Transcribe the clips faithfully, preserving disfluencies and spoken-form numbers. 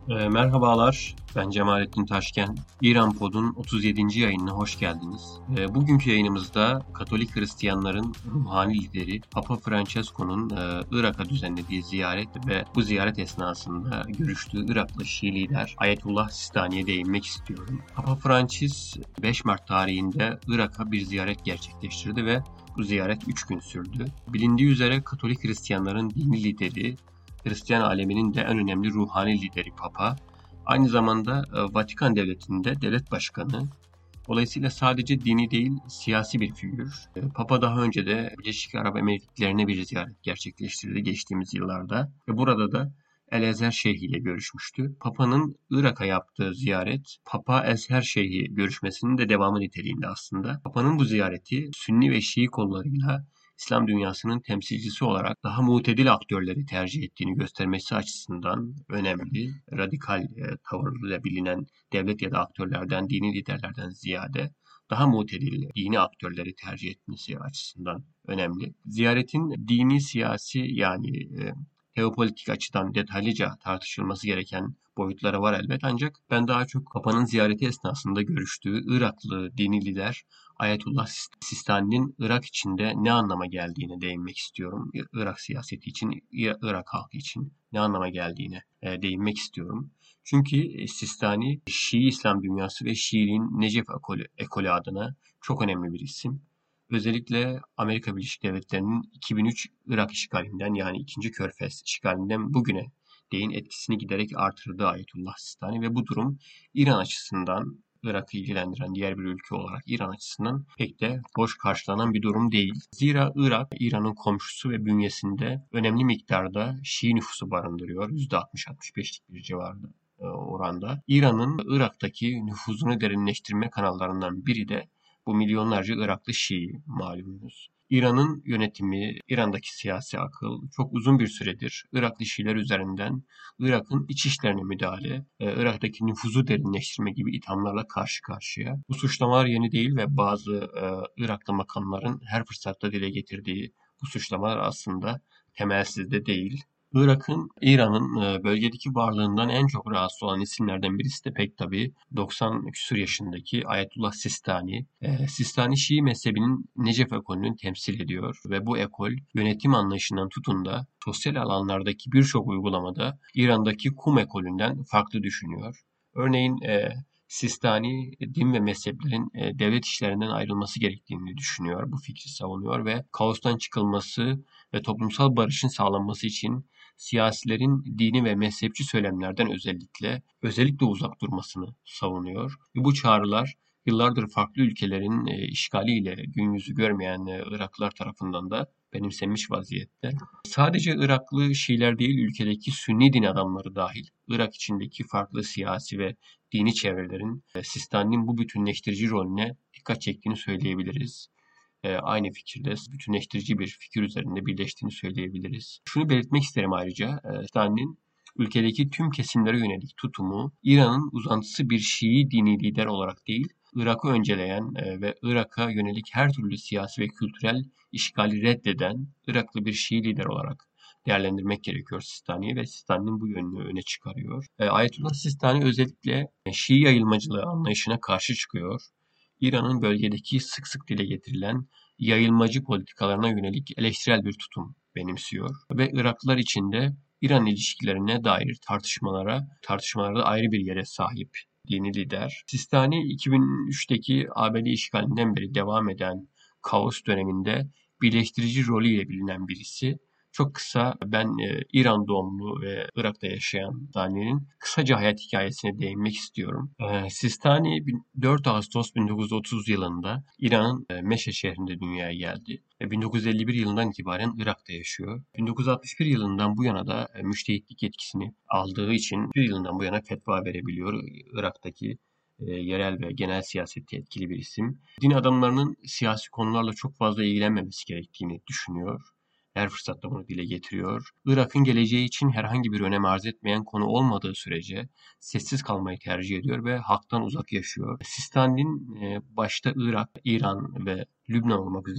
E, merhabalar, ben Cemalettin Taşken. İran Pod'un otuz yedinci yayınına hoş geldiniz. E, bugünkü yayınımızda Katolik Hristiyanların ruhani lideri Papa Francesco'nun e, Irak'a düzenlediği ziyaret ve bu ziyaret esnasında görüştüğü Iraklı Şii lider Ayetullah Sistani'ye değinmek istiyorum. Papa Francis beş Mart tarihinde Irak'a bir ziyaret gerçekleştirdi ve bu ziyaret üç gün sürdü. Bilindiği üzere Katolik Hristiyanların dini lideri, Hristiyan aleminin de en önemli ruhani lideri Papa. Aynı zamanda e, Vatikan Devleti'nde devlet başkanı. Dolayısıyla sadece dini değil, siyasi bir figür. E, Papa daha önce de Birleşik Arap Emirlikleri'ne bir ziyaret gerçekleştirdi geçtiğimiz yıllarda. Ve burada da El Ezer Şeyhi ile görüşmüştü. Papa'nın Irak'a yaptığı ziyaret, Papa Ezer Şeyhi görüşmesinin de devamı niteliğinde aslında. Papa'nın bu ziyareti Sünni ve Şii kollarıyla İslam dünyasının temsilcisi olarak daha mutedil aktörleri tercih ettiğini göstermesi açısından önemli. Radikal e, tavırıyla bilinen devlet ya da aktörlerden, dini liderlerden ziyade daha mutedil dini aktörleri tercih etmesi açısından önemli. Ziyaretin dini, siyasi yani e, teopolitik açıdan detaylıca tartışılması gereken boyutları var elbet, ancak ben daha çok Papa'nın ziyareti esnasında görüştüğü Iraklı dini lider Ayetullah Sistani'nin Irak içinde ne anlama geldiğine değinmek istiyorum. Irak siyaseti için, Irak halkı için ne anlama geldiğine e, değinmek istiyorum. Çünkü Sistani, Şii İslam dünyası ve Şiiliğin Necef ekolü, ekolü adına çok önemli bir isim. Özellikle Amerika Birleşik Devletleri'nin iki bin üç Irak işgalinden, yani ikinci Körfez işgalinden bugüne değin etkisini giderek artırdı Ayetullah Sistani ve bu durum İran açısından, Irak'ı ilgilendiren diğer bir ülke olarak İran açısından pek de hoş karşılanan bir durum değil. Zira Irak, İran'ın komşusu ve bünyesinde önemli miktarda Şii nüfusu barındırıyor. yüzde altmış altmış beşlik bir civarında e, oranda. İran'ın Irak'taki nüfuzunu derinleştirme kanallarından biri de bu milyonlarca Iraklı Şii malumunuz. İran'ın yönetimi, İran'daki siyasi akıl çok uzun bir süredir Iraklı Şiiler üzerinden Irak'ın iç işlerine müdahale, e, Irak'taki nüfuzu derinleştirme gibi ithamlarla karşı karşıya. Bu suçlamalar yeni değil ve bazı e, Iraklı makamların her fırsatta dile getirdiği bu suçlamalar aslında temelsiz de değil. Irak'ın, İran'ın e, bölgedeki varlığından en çok rahatsız olan isimlerden birisi de pek tabii doksan küsur yaşındaki Ayetullah Sistani. E, Sistani Şii mezhebinin Necef ekolünü temsil ediyor ve bu ekol yönetim anlayışından tutun da sosyal alanlardaki birçok uygulamada İran'daki Kum ekolünden farklı düşünüyor. Örneğin e, Sistani din ve mezheplerin e, devlet işlerinden ayrılması gerektiğini düşünüyor, bu fikri savunuyor ve kaostan çıkılması ve toplumsal barışın sağlanması için siyasilerin dini ve mezhepçi söylemlerden özellikle özellikle uzak durmasını savunuyor. Ve bu çağrılar yıllardır farklı ülkelerin e, işgaliyle gün yüzü görmeyen e, Iraklılar tarafından da benimsenmiş vaziyette. Sadece Iraklı Şiiler değil, ülkedeki Sünni din adamları dahil Irak içindeki farklı siyasi ve dini çevrelerin e, Sistani'nin bu bütünleştirici rolüne dikkat çektiğini söyleyebiliriz. E, aynı fikirde bütünleştirici bir fikir üzerinde birleştiğini söyleyebiliriz. Şunu belirtmek isterim ayrıca, e, Stalin'in ülkedeki tüm kesimlere yönelik tutumu İran'ın uzantısı bir Şii dini lider olarak değil, Irak'ı önceleyen e, ve Irak'a yönelik her türlü siyasi ve kültürel işgali reddeden Iraklı bir Şii lider olarak değerlendirmek gerekiyor Sistani'yi ve Sistani'nin bu yönünü öne çıkarıyor. E, Ayetullah Sistani özellikle Şii yayılmacılığı anlayışına karşı çıkıyor. İran'ın bölgedeki sık sık dile getirilen yayılmacı politikalarına yönelik eleştirel bir tutum benimsiyor ve Iraklılar içinde İran ilişkilerine dair tartışmalara, tartışmalarda ayrı bir yere sahip yeni lider. Sistani iki bin üçteki A B D işgalinden beri devam eden kaos döneminde birleştirici rolüyle bilinen birisi. Çok kısa ben e, İran doğumlu ve Irak'ta yaşayan Sistani'nin kısaca hayat hikayesine değinmek istiyorum. E, Sistani dört Ağustos bin dokuz yüz otuz yılında İran'ın e, Meşe şehrinde dünyaya geldi ve bin dokuz yüz elli bir yılından itibaren Irak'ta yaşıyor. bin dokuz yüz altmış bir yılından bu yana da e, müştehitlik yetkisini aldığı için bir yılından bu yana fetva verebiliyor. Irak'taki e, yerel ve genel siyasette etkili bir isim. Din adamlarının siyasi konularla çok fazla ilgilenmemesi gerektiğini düşünüyor. Her fırsatta bunu dile getiriyor. Irak'ın geleceği için herhangi bir önem arz etmeyen konu olmadığı sürece sessiz kalmayı tercih ediyor ve halktan uzak yaşıyor. Sistani'nin e, başta Irak, İran ve Lübnan olmak üzere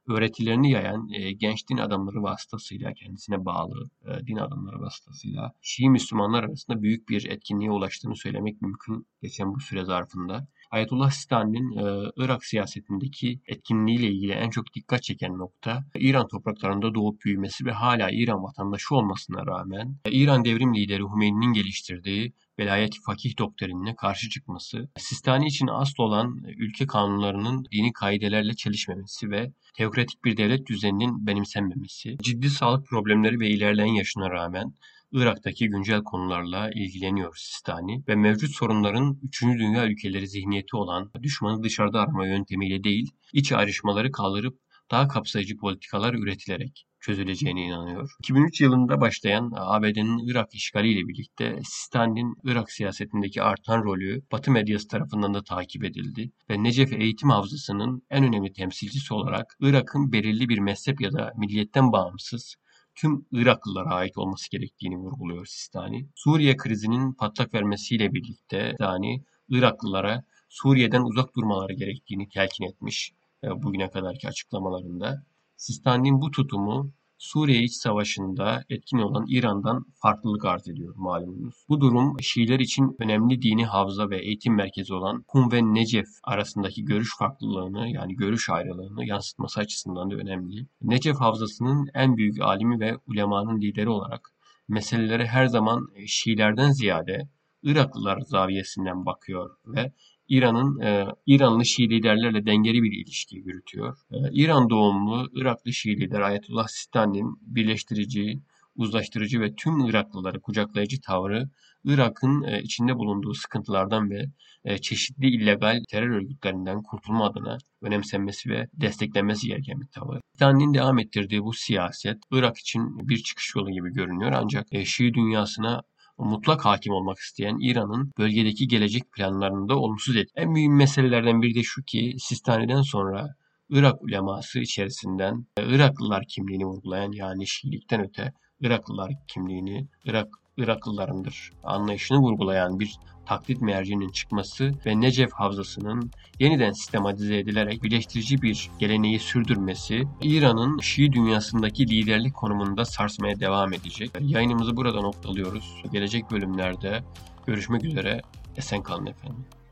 öğretilerini yayan e, genç din adamları vasıtasıyla, kendisine bağlı e, din adamları vasıtasıyla Şii Müslümanlar arasında büyük bir etkinliğe ulaştığını söylemek mümkün geçen bu süre zarfında. Ayetullah Sistani'nin e, Irak siyasetindeki etkinliğiyle ilgili en çok dikkat çeken nokta, İran topraklarında doğup büyümesi ve hala İran vatandaşı olmasına rağmen e, İran devrim lideri Hümeyni'nin geliştirdiği velayet-i fakih doktrinine karşı çıkması, Sistani için asıl olan ülke kanunlarının dini kaidelerle çelişmemesi ve teokratik bir devlet düzeninin benimsenmemesi, ciddi sağlık problemleri ve ilerleyen yaşına rağmen Irak'taki güncel konularla ilgileniyor Sistani ve mevcut sorunların üçüncü dünya ülkeleri zihniyeti olan düşmanı dışarıda arama yöntemiyle değil, iç ayrışmaları kaldırıp daha kapsayıcı politikalar üretilerek çözüleceğine inanıyor. iki bin üç yılında başlayan A B D'nin Irak işgaliyle birlikte Sistani'nin Irak siyasetindeki artan rolü Batı medyası tarafından da takip edildi ve Necef Eğitim Havzası'nın en önemli temsilcisi olarak Irak'ın belirli bir mezhep ya da milliyetten bağımsız tüm Iraklılara ait olması gerektiğini vurguluyor Sistani. Suriye krizinin patlak vermesiyle birlikte Sistani, Iraklılara Suriye'den uzak durmaları gerektiğini telkin etmiş bugüne kadarki açıklamalarında. Sistani'nin bu tutumu Suriye İç Savaşı'nda etkin olan İran'dan farklılık arz ediyor malumunuz. Bu durum Şiiler için önemli dini havza ve eğitim merkezi olan Kum ve Necef arasındaki görüş farklılığını yani görüş ayrılığını yansıtması açısından da önemli. Necef havzasının en büyük alimi ve ulemanın lideri olarak meselelere her zaman Şiilerden ziyade Iraklılar zaviyesinden bakıyor ve İran'ın e, İranlı Şii liderlerle dengeli bir ilişki yürütüyor. E, İran doğumlu Iraklı Şii lider Ayetullah Sistani'nin birleştirici, uzlaştırıcı ve tüm Iraklıları kucaklayıcı tavrı Irak'ın e, içinde bulunduğu sıkıntılardan ve e, çeşitli illegal terör örgütlerinden kurtulma adına önemsenmesi ve desteklenmesi gereken bir tavır. Sistani'nin devam ettirdiği bu siyaset Irak için bir çıkış yolu gibi görünüyor ancak e, Şii dünyasına mutlak hakim olmak isteyen İran'ın bölgedeki gelecek planlarını da olumsuz etkiledi. En mühim meselelerden biri de şu ki Sistani'den sonra Irak uleması içerisinden Iraklılar kimliğini vurgulayan yani Şiilikten öte Iraklılar kimliğini, Irak Iraklılarındır anlayışını vurgulayan bir taklit mercinin çıkması ve Necef Havzası'nın yeniden sistematize edilerek birleştirici bir geleneği sürdürmesi İran'ın Şii dünyasındaki liderlik konumunu da sarsmaya devam edecek. Yayınımızı burada noktalıyoruz. Gelecek bölümlerde görüşmek üzere. Esen kalın efendim.